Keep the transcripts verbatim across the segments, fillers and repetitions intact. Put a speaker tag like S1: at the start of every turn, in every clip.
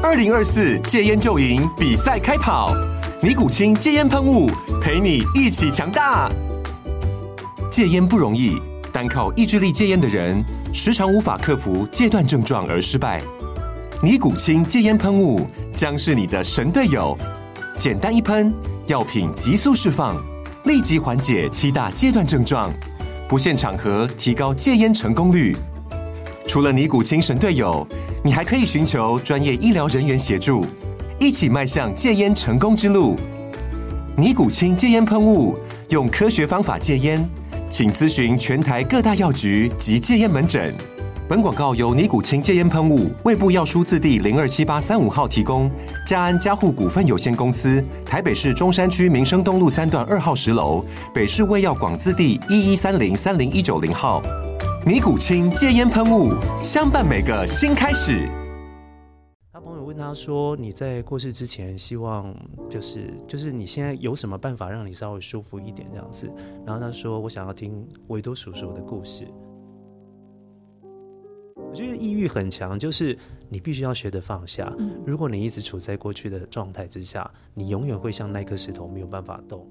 S1: 二零二四戒烟就赢比赛开跑，尼古清戒烟喷雾陪你一起强大。戒烟不容易，单靠意志力戒烟的人，时常无法克服戒断症状而失败。尼古清戒烟喷雾将是你的神队友，简单一喷，药品急速释放，立即缓解七大戒断症状，不限场合提高戒烟成功率。除了尼古清神队友，你还可以寻求专业医疗人员协助，一起迈向戒烟成功之路。尼古清戒烟喷雾，用科学方法戒烟，请咨询全台各大药局及戒烟门诊。本广告由尼古清戒烟喷雾、卫部药书字第零二七八三五号提供，嘉安嘉护股份有限公司，台北市中山区民生东路三段二号十楼，北市卫药广字第一一三零三零一九零号。尼古清戒烟喷雾，相伴每个新开始。
S2: 他朋友问他说：“你在过世之前，希望就是就是你现在有什么办法让你稍微舒服一点这样子？”然后他说：“我想要听维多叔叔的故事。”我觉得抑郁很强，就是你必须要学得放下。如果你一直处在过去的状态之下，你永远会像那颗石头，没有办法动。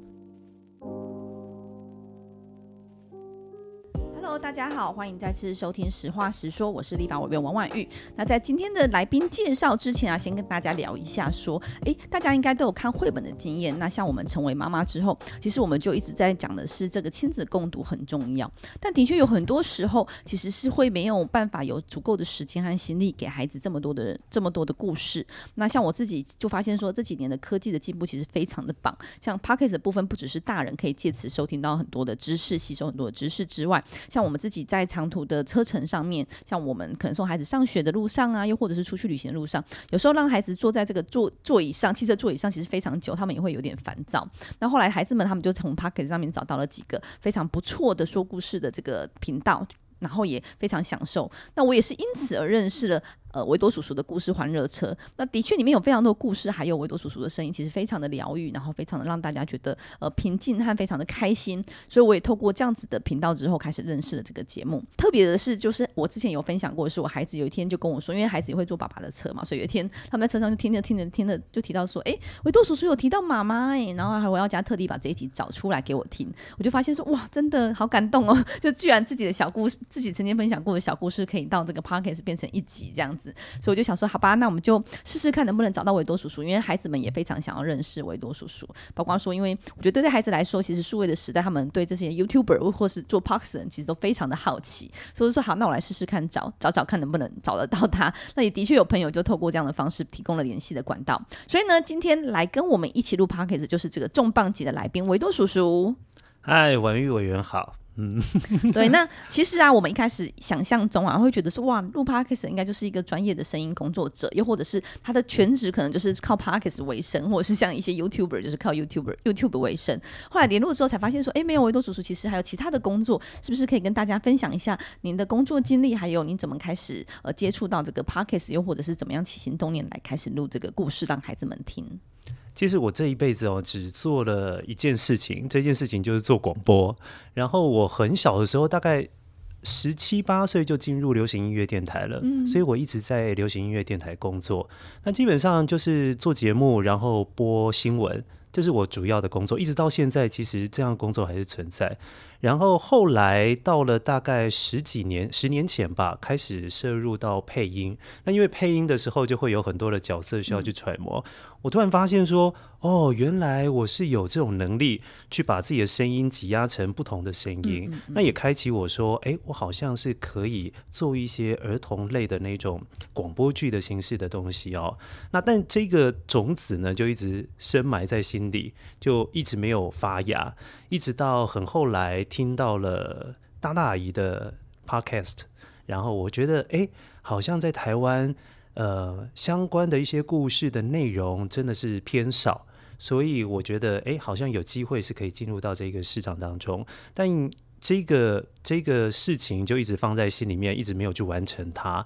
S3: Hello， 大家好，欢迎再次收听实话实说，我是立法委员王婉玉。那在今天的来宾介绍之前啊，先跟大家聊一下说，诶，大家应该都有看绘本的经验。那像我们成为妈妈之后，其实我们就一直在讲的是这个亲子共读很重要。但的确有很多时候，其实是会没有办法有足够的时间和心力给孩子这么多的这么多的故事。那像我自己就发现说，这几年的科技的进步其实非常的棒。像 Podcast 的部分，不只是大人可以借此收听到很多的知识，吸收很多的知识之外，像我们自己在长途的车程上面，像我们可能送孩子上学的路上啊，又或者是出去旅行的路上，有时候让孩子坐在这个座座椅上，汽车座椅上其实非常久，他们也会有点烦躁。那后来孩子们他们就从 Podcast 上面找到了几个非常不错的说故事的这个频道，然后也非常享受。那我也是因此而认识了呃维多叔叔的故事欢乐车。那的确里面有非常多故事，还有维多叔叔的声音，其实非常的疗愈，然后非常的让大家觉得呃平静和非常的开心。所以我也透过这样子的频道之后，开始认识了这个节目。特别的是，就是我之前有分享过的是，我孩子有一天就跟我说，因为孩子也会坐爸爸的车嘛，所以有一天他们在车上就听着听着听着就提到说，哎，维多叔叔有提到妈妈哎，然后我要家特地把这一集找出来给我听，我就发现说，哇，真的好感动哦！就居然自己的小故事，自己曾经分享过的小故事，可以到这个 podcast 变成一集这样子。所以我就想说，好吧，那我们就试试看能不能找到维多叔叔，因为孩子们也非常想要认识维多叔叔。包括说，因为我觉得对孩子来说，其实数位的时代，他们对这些 YouTuber 或是做 podcast 的人，其实都非常的好奇。所以说，好，那我来试试看找找找看能不能找得到他。那也的确有朋友就透过这样的方式提供了联系的管道。所以呢，今天来跟我们一起录 podcast 就是这个重磅级的来宾维多叔叔。
S2: 嗨，婉玉委员好。嗯，
S3: 对，那其实啊，我们一开始想象中啊，会觉得说，哇，录 podcast 应该就是一个专业的声音工作者，又或者是他的全职可能就是靠 podcast 为生，或者是像一些 YouTuber 就是靠 YouTuber YouTube 为生。后来联络之后才发现说，哎，没有，维多叔叔其实还有其他的工作，是不是可以跟大家分享一下您的工作经历，还有您怎么开始呃接触到这个 podcast， 又或者是怎么样起心动念来开始录这个故事让孩子们听？
S2: 其实我这一辈子哦，只做了一件事情，这件事情就是做广播。然后我很小的时候，大概十七八岁就进入流行音乐电台了，嗯，所以我一直在流行音乐电台工作。那基本上就是做节目，然后播新闻，这是我主要的工作。一直到现在，其实这样的工作还是存在。然后后来到了大概十几年十年前吧，开始涉入到配音。那因为配音的时候就会有很多的角色需要去揣摩，嗯，我突然发现说，哦，原来我是有这种能力去把自己的声音挤压成不同的声音，嗯嗯嗯，那也开启我说，哎，我好像是可以做一些儿童类的那种广播剧的形式的东西哦。那但这个种子呢，就一直深埋在心里，就一直没有发芽，一直到很后来听到了大大阿姨的 podcast， 然后我觉得，哎，好像在台湾呃，相关的一些故事的内容真的是偏少，所以我觉得哎，好像有机会是可以进入到这个市场当中，但这个这个事情就一直放在心里面，一直没有去完成它。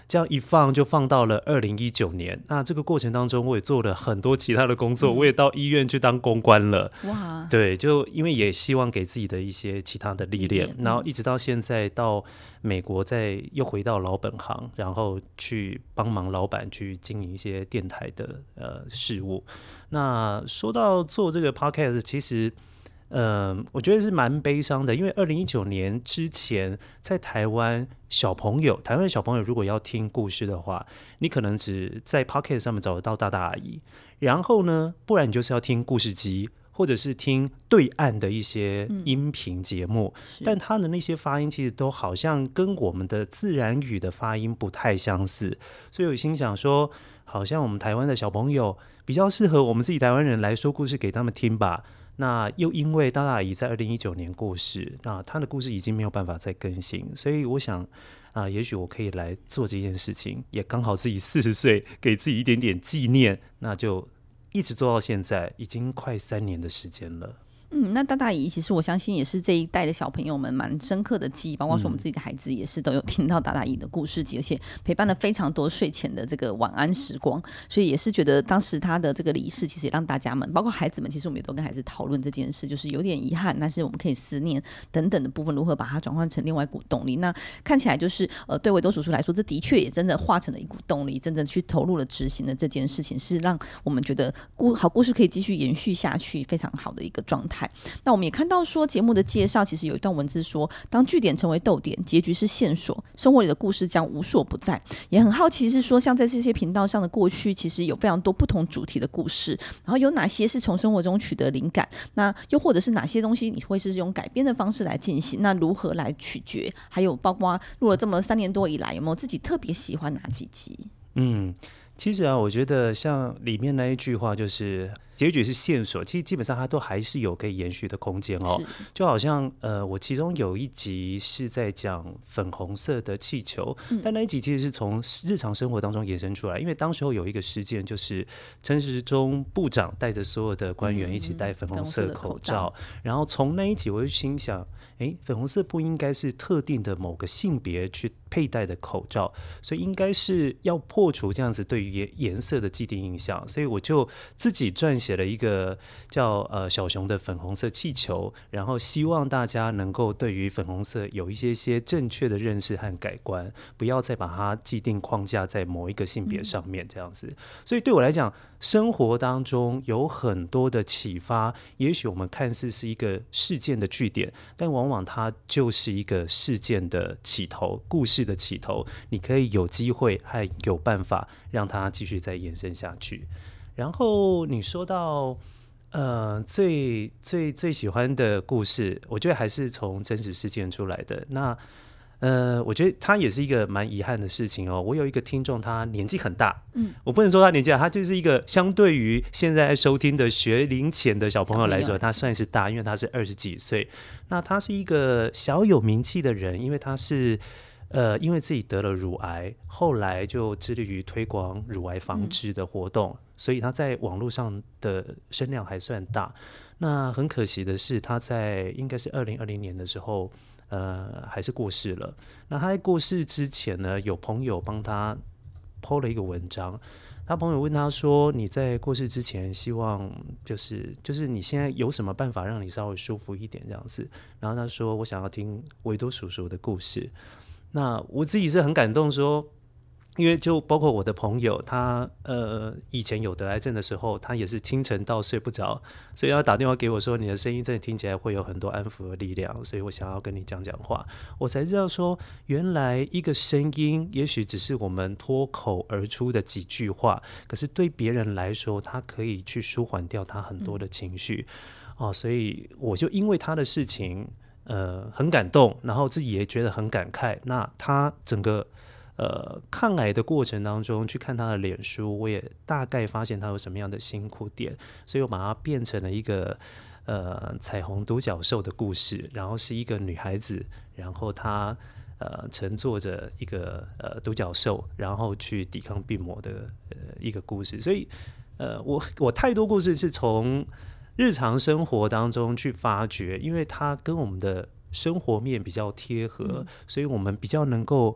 S2: 这样一放就放到了二零一九年。那这个过程当中，我也做了很多其他的工作，嗯、我也到医院去当公关了。哇，对，就因为也希望给自己的一些其他的历练，然后一直到现在到美国，再又回到老本行，然后去帮忙老板去经营一些电台的呃事务。那说到做这个 podcast， 其实。嗯，我觉得是蛮悲伤的，因为二零一九年之前，在台湾小朋友，台湾小朋友如果要听故事的话，你可能只在 Podcast 上面找得到大大阿姨，然后呢，不然你就是要听故事机，或者是听对岸的一些音频节目，嗯、但他的那些发音其实都好像跟我们的自然语的发音不太相似，所以我心想说，好像我们台湾的小朋友比较适合我们自己台湾人来说故事给他们听吧。那又因为大大阿姨在二零一九年过世，那她的故事已经没有办法再更新，所以我想啊、呃，也许我可以来做这件事情，也刚好自己四十岁，给自己一点点纪念，那就一直做到现在，已经快三年的时间了。
S3: 嗯，那大大姨其实我相信也是这一代的小朋友们蛮深刻的记忆，包括说我们自己的孩子也是都有听到大大姨的故事集，而且陪伴了非常多睡前的这个晚安时光，所以也是觉得当时他的这个离世其实也让大家们包括孩子们，其实我们也都跟孩子讨论这件事，就是有点遗憾，但是我们可以思念等等的部分如何把它转换成另外一股动力。那看起来就是呃，对维多叔叔来说，这的确也真的化成了一股动力，真正去投入了执行的这件事情，是让我们觉得故好故事可以继续延续下去非常好的一个状态。那我们也看到说节目的介绍其实有一段文字说，当句点成为逗点，结局是线索，生活里的故事将无所不在。也很好奇是说，像在这些频道上的过去其实有非常多不同主题的故事，然后有哪些是从生活中取得灵感，那又或者是哪些东西你会是用改编的方式来进行，那如何来取决，还有包括录了这么三年多以来有没有自己特别喜欢哪几集？
S2: 嗯，其实啊，我觉得像里面那一句话就是结局是线索，其实基本上它都还是有可以延续的空间哦。就好像呃，我其中有一集是在讲粉红色的气球，嗯、但那一集其实是从日常生活当中延伸出来，因为当时候有一个事件，就是陈时中部长带着所有的官员一起戴粉红色口罩，嗯、然后从那一集我就心想，哎，粉红色不应该是特定的某个性别去佩戴的口罩，所以应该是要破除这样子对于颜色的既定印象，所以我就自己撰写了一个叫呃小熊的粉红色气球，然后希望大家能够对于粉红色有一些些正确的认识和改观，不要再把它既定框架在某一个性别上面这样子。所以对我来讲，生活当中有很多的启发，也许我们看似是一个事件的句点，但往往它就是一个事件的起头，故事的起头，你可以有机会还有办法让它继续再延伸下去。然后你说到呃最最最喜欢的故事，我觉得还是从真实事件出来的。那呃，我觉得他也是一个蛮遗憾的事情哦。我有一个听众，他年纪很大，嗯，我不能说他年纪大，他就是一个相对于现在收听的学龄前的小朋友来说，他算是大，因为他是二十几岁。那他是一个小有名气的人，因为他是呃，因为自己得了乳癌，后来就致力于推广乳癌防治的活动，嗯、所以他在网络上的声量还算大。那很可惜的是，他在应该是二零二零年的时候。呃，还是过世了。那他在过世之前呢，有朋友帮他 po 了一个文章。他朋友问他说：“你在过世之前，希望就是就是你现在有什么办法让你稍微舒服一点这样子？”然后他说：“我想要听维多叔叔的故事。”那我自己是很感动说。因为就包括我的朋友，他呃以前有得癌症的时候，他也是清晨到睡不着，所以他打电话给我说，你的声音真的听起来会有很多安抚的力量，所以我想要跟你讲讲话。我才知道说，原来一个声音也许只是我们脱口而出的几句话，可是对别人来说，他可以去舒缓掉他很多的情绪、嗯哦、所以我就因为他的事情呃很感动，然后自己也觉得很感慨。那他整个呃，抗癌的过程当中，去看他的脸书，我也大概发现他有什么样的辛苦点，所以我把它变成了一个呃彩虹独角兽的故事，然后是一个女孩子，然后她呃乘坐着一个呃独角兽，然后去抵抗病魔的呃一个故事。所以呃，我我太多故事是从日常生活当中去发掘，因为它跟我们的生活面比较贴合，嗯、所以我们比较能够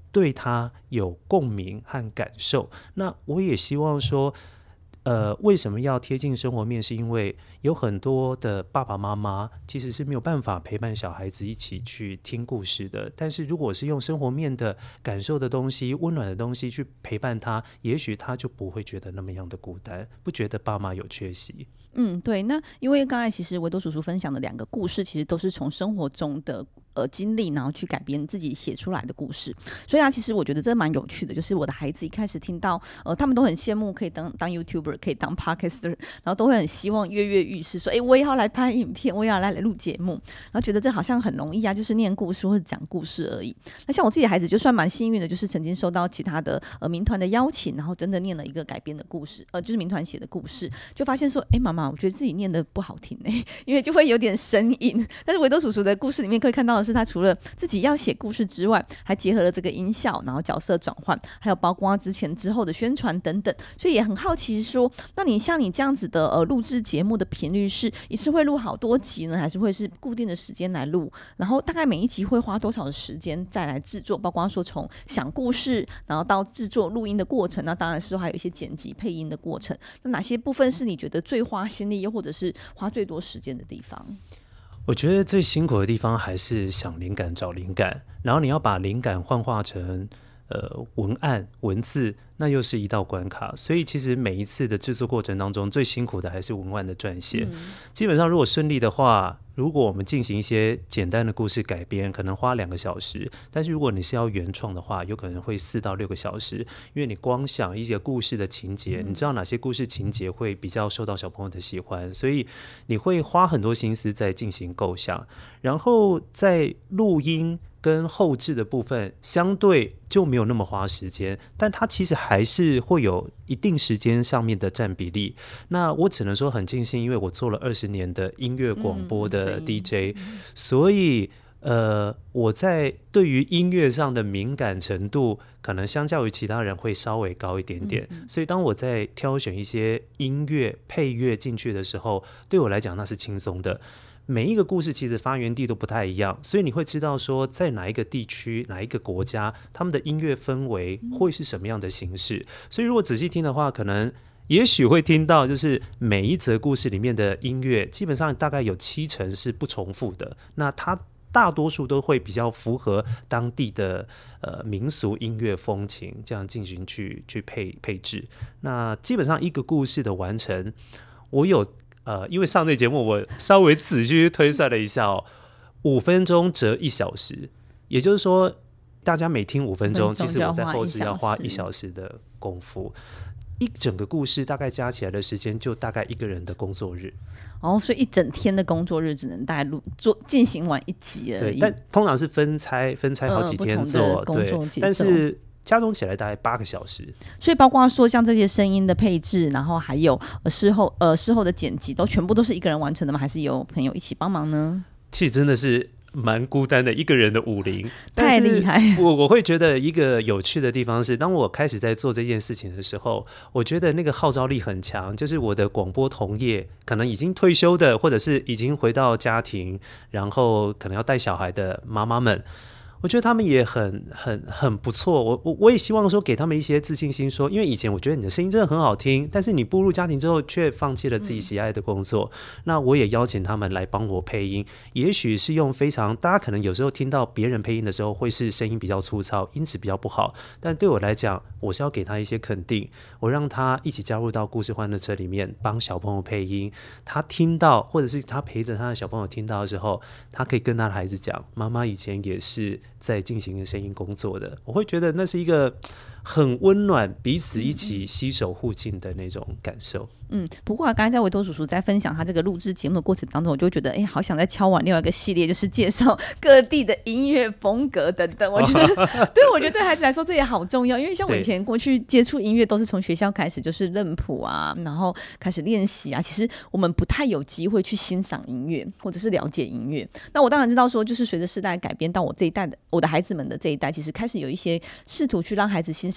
S2: 对他有共鸣和感受。那我也希望说呃，为什么要贴近生活面？是因为有很多的爸爸妈妈其实是没有办法陪伴小孩子一起去听故事的。但是如果是用生活面的感受的东西、温暖的东西去陪伴他，也许他就不会觉得那么样的孤单，不觉得爸妈有缺席。
S3: 嗯，对。那因为刚才其实维多叔叔分享的两个故事，其实都是从生活中的呃经历，然后去改编自己写出来的故事。所以啊，其实我觉得这蛮有趣的，就是我的孩子一开始听到呃，他们都很羡慕可以当当 YouTuber， 可以当 Podcaster， 然后都会很希望跃跃欲试，说哎，我也要来拍影片，我也要来录节目，然后觉得这好像很容易啊，就是念故事或者讲故事而已。那像我自己的孩子就算蛮幸运的，就是曾经收到其他的呃民团的邀请，然后真的念了一个改编的故事，呃，就是民团写的故事，就发现说，哎，妈妈，我觉得自己念的不好听哎、欸，因为就会有点生硬。但是维多叔叔的故事里面可以看到的是，他除了自己要写故事之外，还结合了这个音效，然后角色转换，还有包括之前之后的宣传等等。所以也很好奇说，那你像你这样子的呃录制节目的频率是一次会录好多集呢，还是会是固定的时间来录？然后大概每一集会花多少的时间再来制作？包括说从想故事，然后到制作录音的过程，那当然是还有一些剪辑配音的过程。那哪些部分是你觉得最花心力，又或者是花最多时间的地方？
S2: 我觉得最辛苦的地方还是想灵感、找灵感，然后你要把灵感幻化成呃文案、文字，那又是一道关卡。所以其实每一次的制作过程当中，最辛苦的还是文案的撰写。嗯、基本上如果顺利的话，如果我们进行一些简单的故事改编，可能花两个小时，但是如果你是要原创的话，有可能会四到六个小时，因为你光想一些故事的情节，你知道哪些故事情节会比较受到小朋友的喜欢，所以你会花很多心思在进行构想，然后在录音跟后制的部分相对就没有那么花时间，但它其实还是会有一定时间上面的占比例。那我只能说很庆幸，因为我做了二十年的音乐广播的 D J，、嗯、所以呃，我在对于音乐上的敏感程度可能相较于其他人会稍微高一点点、嗯、所以当我在挑选一些音乐配乐进去的时候，对我来讲那是轻松的。每一个故事其实发源地都不太一样，所以你会知道说在哪一个地区、哪一个国家，他们的音乐氛围会是什么样的形式。所以如果仔细听的话，可能也许会听到就是每一则故事里面的音乐基本上大概有七成是不重复的，那它大多数都会比较符合当地的呃民俗音乐风情，这样进行去去配配置。那基本上一个故事的完成，我有呃，因为上这节目我稍微仔细推算了一下哦，五分钟折一小时，也就是说大家每听五分钟，其实我在后置要花一小时的功夫。一整个故事大概加起来的时间就大概一个人的工作日。
S3: 哦，所以一整天的工作日只能大概录做进行完一集而已。
S2: 对，但通常是分拆分拆好几天做，呃、对，但是加总起来大概八个小时。
S3: 所以包括说像这些声音的配置，然后还有呃事后呃事后的剪辑，都全部都是一个人完成的吗？还是有朋友一起帮忙呢？
S2: 其实真的是蛮孤单的，一个人的武林，
S3: 太厉害。
S2: 我我会觉得一个有趣的地方是，当我开始在做这件事情的时候，我觉得那个号召力很强，就是我的广播同业可能已经退休的，或者是已经回到家庭，然后可能要带小孩的妈妈们，我觉得他们也很很很不错。我我我也希望说给他们一些自信心，说因为以前我觉得你的声音真的很好听，但是你步入家庭之后却放弃了自己喜爱的工作、嗯、那我也邀请他们来帮我配音，也许是用非常大家可能有时候听到别人配音的时候会是声音比较粗糙，音质比较不好，但对我来讲我是要给他一些肯定，我让他一起加入到故事欢乐车里面帮小朋友配音，他听到或者是他陪着他的小朋友听到的时候，他可以跟他的孩子讲，妈妈以前也是在进行声音工作的。我会觉得那是一个很温暖，彼此一起携手互进的那种感受。
S3: 嗯，不过啊，刚才在维多叔叔在分享他这个录制节目的过程当中，我就觉得，哎，好想再敲完另外一个系列，就是介绍各地的音乐风格等等。我觉得，对，我觉得对孩子来说这也好重要，因为像我以前过去接触音乐都是从学校开始，就是认谱啊，然后开始练习啊。其实我们不太有机会去欣赏音乐，或者是了解音乐。那我当然知道说，就是随着世代改变，到我这一代的我的孩子们的这一代，其实开始有一些试图去让孩子欣赏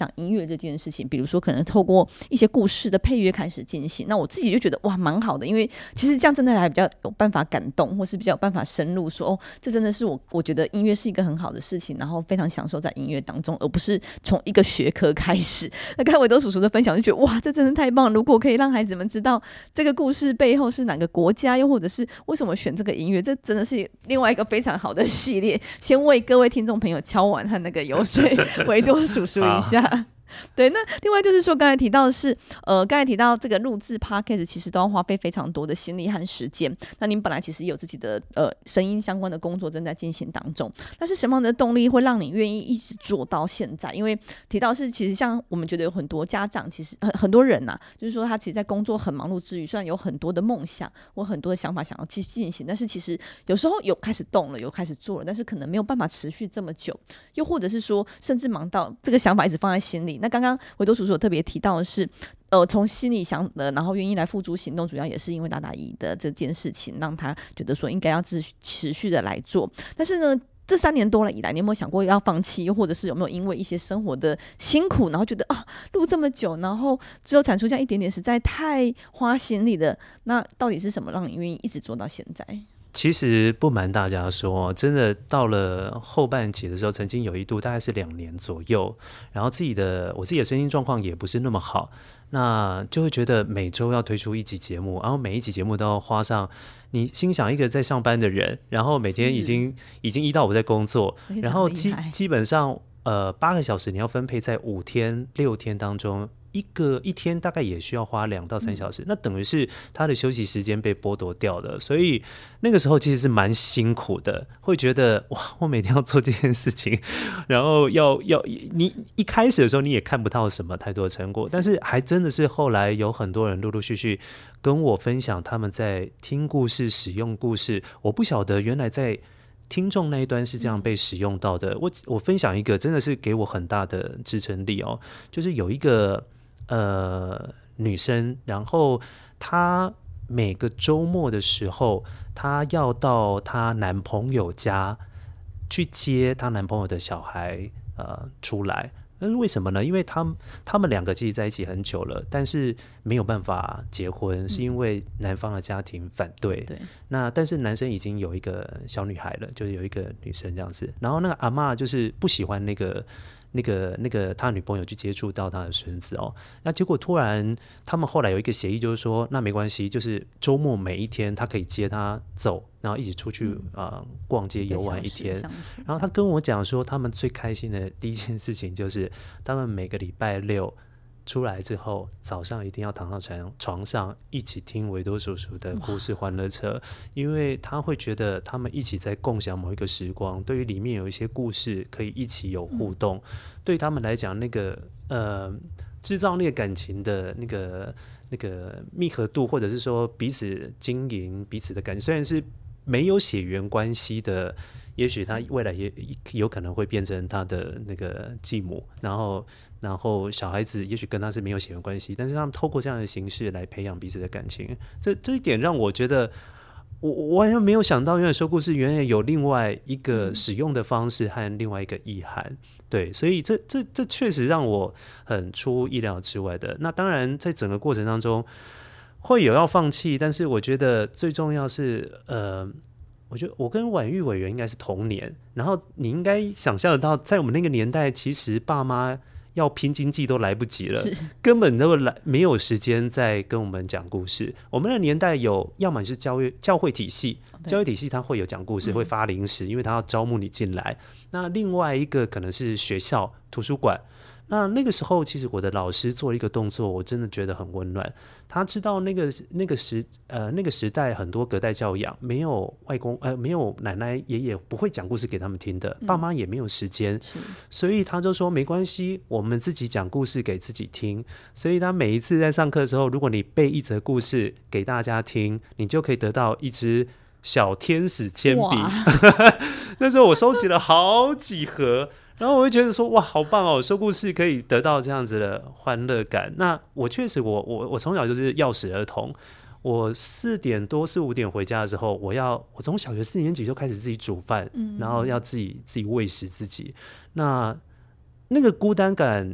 S3: 赏音乐这件事情，比如说可能透过一些故事的配乐开始进行，那我自己就觉得哇蛮好的，因为其实这样真的还比较有办法感动，或是比较有办法深入说哦，这真的是我我觉得音乐是一个很好的事情，然后非常享受在音乐当中，而不是从一个学科开始。那刚才维多叔叔的分享就觉得哇，这真的太棒了，如果可以让孩子们知道这个故事背后是哪个国家，又或者是为什么选这个音乐，这真的是另外一个非常好的系列。先为各位听众朋友敲完和那个油水维多叔叔一下。对，那另外就是说，刚才提到的是，呃，刚才提到这个录制 podcast 其实都要花费非常多的心力和时间。那您本来其实也有自己的呃声音相关的工作正在进行当中，但是什么样的动力会让你愿意一直做到现在？因为提到是，其实像我们觉得有很多家长，其实很很多人呐、啊，就是说他其实在工作很忙碌之余，虽然有很多的梦想或很多的想法想要去进行，但是其实有时候有开始动了，有开始做了，但是可能没有办法持续这么久，又或者是说，甚至忙到这个想法一直放在心里。那刚刚维多叔叔有特别提到的是，呃，从心里想的，然后愿意来付诸行动，主要也是因为大大姨的这件事情，让他觉得说应该要持续的来做。但是呢，这三年多了以来，你有没有想过要放弃，或者是有没有因为一些生活的辛苦，然后觉得啊，录这么久，然后只有产出这样一点点，实在太花心力了？那到底是什么让你愿意一直做到现在？
S2: 其实不瞒大家说，真的到了后半期的时候，曾经有一度大概是两年左右，然后自己的我自己的身心状况也不是那么好，那就会觉得每周要推出一集节目，然后每一集节目都要花上，你心想一个在上班的人，然后每天已经已经一到五在工作，然后基基本上呃八个小时你要分配在五天六天当中。一个一天大概也需要花两到三小时、嗯、那等于是他的休息时间被剥夺掉了，所以那个时候其实是蛮辛苦的，会觉得哇，我每天要做这件事情，然后要要你一开始的时候你也看不到什么太多的成果，但是还真的是后来有很多人陆陆续续跟我分享他们在听故事使用故事，我不晓得原来在听众那一端是这样被使用到的。我我分享一个真的是给我很大的支撑力哦，就是有一个呃女生，然后她每个周末的时候，她要到她男朋友家去接她男朋友的小孩呃出来。那是为什么呢？因为他们他们两个其实在一起很久了，但是没有办法结婚，是因为男方的家庭反对。对，那但是男生已经有一个小女孩了，就是有一个女生这样子。然后那个阿嬷就是不喜欢那个那个那个他女朋友去接触到他的孙子哦。那结果突然他们后来有一个协议，就是说那没关系，就是周末每一天他可以接他走。然后一起出去、嗯呃、逛街游玩一天，然后他跟我讲说他们最开心的第一件事情就是他们每个礼拜六出来之后早上一定要躺到床上一起听维多叔叔的故事欢乐车，因为他会觉得他们一起在共享某一个时光，对于里面有一些故事可以一起有互动、嗯、对他们来讲那个呃制造那个感情的那个那个密合度，或者是说彼此经营彼此的感觉，虽然是没有血缘关系的，也许他未来也有可能会变成他的那个继母，然后然后小孩子也许跟他是没有血缘关系，但是他们透过这样的形式来培养彼此的感情，这这一点让我觉得我我完全没有想到，原来说故事原来有另外一个使用的方式和另外一个意涵。对，所以这这这确实让我很出乎意料之外的。那当然在整个过程当中会有要放弃，但是我觉得最重要是呃我觉得我跟婉玉委员应该是同年，然后你应该想象得到在我们那个年代其实爸妈要拼经济都来不及了，根本都来没有时间再跟我们讲故事。我们的年代有要么是教育教会体系，教育体系它会有讲故事、嗯、会发零食，因为它要招募你进来。那另外一个可能是学校图书馆，那那个时候其实我的老师做了一个动作，我真的觉得很温暖。他知道那个那个时呃那个时代很多隔代教养，没有外公呃没有奶奶爷爷不会讲故事给他们听的，爸妈也没有时间、嗯、所以他就说没关系，我们自己讲故事给自己听。所以他每一次在上课的时候，如果你背一则故事给大家听，你就可以得到一支小天使铅笔。那时候我收集了好几盒。然后我会觉得说哇好棒哦，说故事可以得到这样子的欢乐感。那我确实我我我从小就是钥匙儿童，我四点多四五点回家的时候，我要我从小学四年级就开始自己煮饭、嗯、然后要自己自己喂食自己。那那个孤单感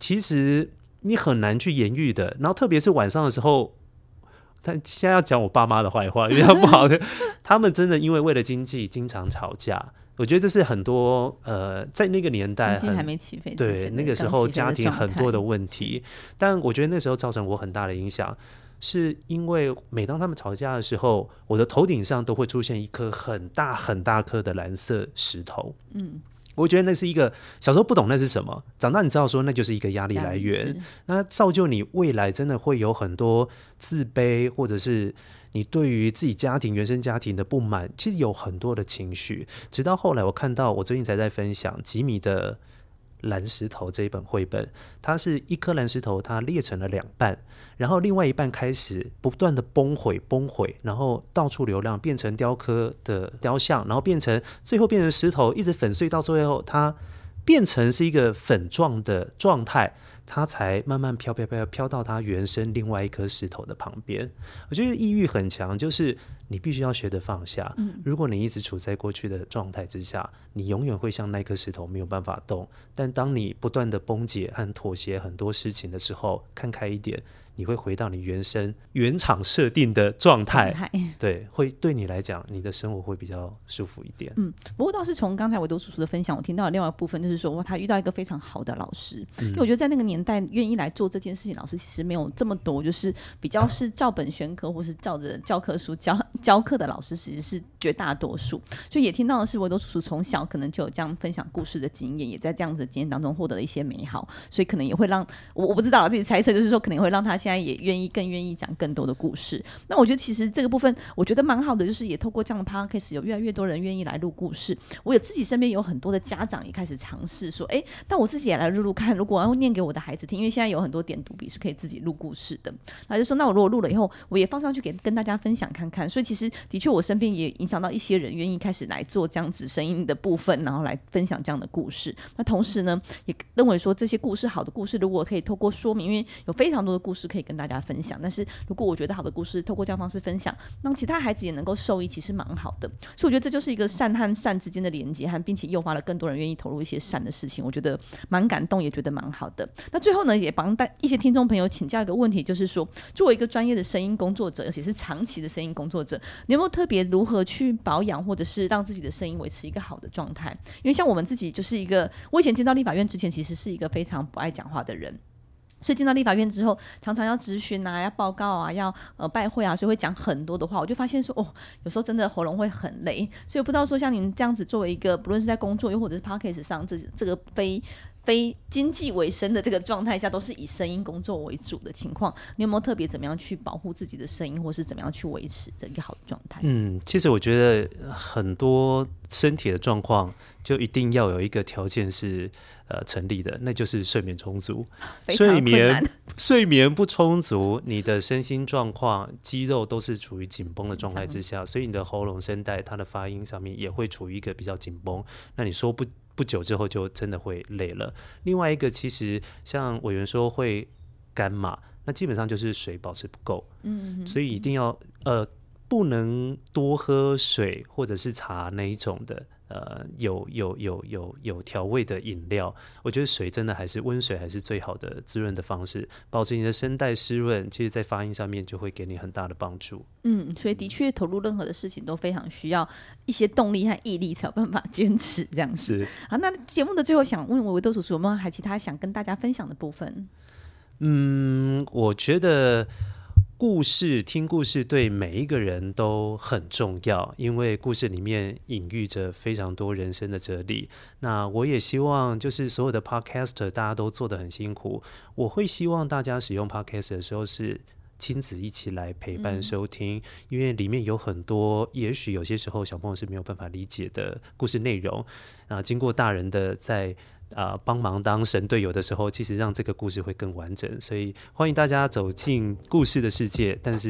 S2: 其实你很难去言喻的。然后特别是晚上的时候，但现在要讲我爸妈的坏话，因为他不好的，他们真的因为为了经济经常吵架。我觉得这是很多呃，在那个年代
S3: 经济还没起飞之前，
S2: 对那个时候家庭很多的问题，但我觉得那时候造成我很大的影响，是因为每当他们吵架的时候，我的头顶上都会出现一颗很大很大颗的蓝色石头。嗯，我觉得那是一个小时候不懂那是什么，长大你知道说那就是一个压力来源，那造就你未来真的会有很多自卑，或者是你对于自己家庭原生家庭的不满，其实有很多的情绪。直到后来我看到，我最近才在分享吉米的蓝石头这一本绘本，它是一颗蓝石头，它裂成了两半，然后另外一半开始不断的崩毁崩毁，然后到处流浪，变成雕刻的雕像，然后变成最后变成石头，一直粉碎到最后它变成是一个粉状的状态，它才慢慢飘飘飘飘到它原生另外一颗石头的旁边。我觉得抑郁很强，就是你必须要学着放下。如果你一直处在过去的状态之下，你永远会像那颗石头没有办法动。但当你不断的崩解和妥协很多事情的时候，看开一点，你会回到你原生原厂设定的状态，对，会对你来讲，你的生活会比较舒服一点。
S3: 嗯，不过倒是从刚才维多叔叔的分享，我听到的另外一部分就是说，哇，他遇到一个非常好的老师。嗯、因为我觉得在那个年代，愿意来做这件事情，老师其实没有这么多，就是比较是照本宣科或是照着教科书教教课的老师，其实是绝大多数。所以也听到的是，维多叔叔从小可能就有这样分享故事的经验，也在这样子的经验当中获得了一些美好，所以可能也会让我我不知道自己猜测，就是说可能会让他现在也愿意更愿意讲更多的故事。那我觉得其实这个部分我觉得蛮好的，就是也透过这样的 podcast 有越来越多人愿意来录故事。我也自己身边有很多的家长也开始尝试说，哎，那我自己也来录录看，如果我要念给我的孩子听，因为现在有很多点读笔是可以自己录故事的，那就说那我如果录了以后我也放上去给跟大家分享看看。所以其实的确我身边也影响到一些人愿意开始来做这样子声音的部分，然后来分享这样的故事。那同时呢也认为说这些故事好的故事如果可以透过说明，因为有非常多的故事可以跟大家分享，但是如果我觉得好的故事透过这样方式分享，让其他孩子也能够受益，其实蛮好的。所以我觉得这就是一个善和善之间的连接，和并且诱发了更多人愿意投入一些善的事情，我觉得蛮感动，也觉得蛮好的。那最后呢也帮一些听众朋友请教一个问题，就是说作为一个专业的声音工作者，而且是长期的声音工作者，你有没有特别如何去保养或者是让自己的声音维持一个好的状态？因为像我们自己就是一个，我以前进到立法院之前其实是一个非常不爱讲话的人，所以进到立法院之后常常要质询啊，要报告啊，要呃拜会啊，所以会讲很多的话。我就发现说哦，有时候真的喉咙会很累。所以我不知道说像您这样子作为一个不论是在工作又或者是 podcast 上这这个非非经济为生的这个状态下，都是以声音工作为主的情况，你有没有特别怎么样去保护自己的声音，或是怎么样去维持的一个好的状态？
S2: 嗯，其实我觉得很多身体的状况就一定要有一个条件是呃成立的，那就是睡眠充足。睡眠睡眠不充足，你的身心状况、肌肉都是处于紧绷的状态之下，所以你的喉咙、声带它的发音上面也会处于一个比较紧绷。那你说不不久之后就真的会累了。另外一个，其实像委员说会干嘛，那基本上就是水保持不够，嗯，所以一定要呃不能多喝水或者是茶那一种的。呃，有有有有有调味的饮料，我觉得水真的还是温水还是最好的滋润的方式，保持你的声带湿润，其实在发音上面就会给你很大的帮助。
S3: 嗯，所以的确投入任何的事情都非常需要一些动力和毅力才有办法坚持这样子。好，那节目的最后想问维多叔叔有没有还其他想跟大家分享的部分？
S2: 嗯，我觉得故事听故事对每一个人都很重要，因为故事里面隐喻着非常多人生的哲理。那我也希望就是所有的 podcaster 大家都做得很辛苦，我会希望大家使用 podcast 的时候是亲子一起来陪伴收听、嗯、因为里面有很多也许有些时候小朋友是没有办法理解的故事内容，那经过大人的在呃，帮忙当神队友的时候，其实让这个故事会更完整，所以欢迎大家走进故事的世界，但是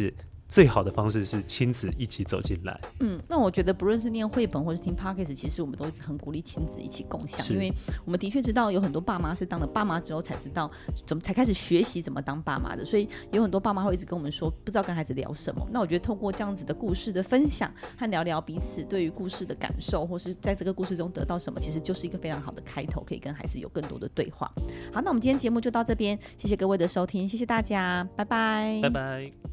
S2: 最好的方式是亲子一起走进来。
S3: 嗯，那我觉得不论是念绘本或是听 Podcast， 其实我们都一直很鼓励亲子一起共享，因为我们的确知道有很多爸妈是当了爸妈之后才知道怎么才开始学习怎么当爸妈的，所以有很多爸妈会一直跟我们说不知道跟孩子聊什么。那我觉得透过这样子的故事的分享和聊聊彼此对于故事的感受，或是在这个故事中得到什么，其实就是一个非常好的开头，可以跟孩子有更多的对话。好，那我们今天节目就到这边，谢谢各位的收听，谢谢大家，拜拜，
S2: 拜拜。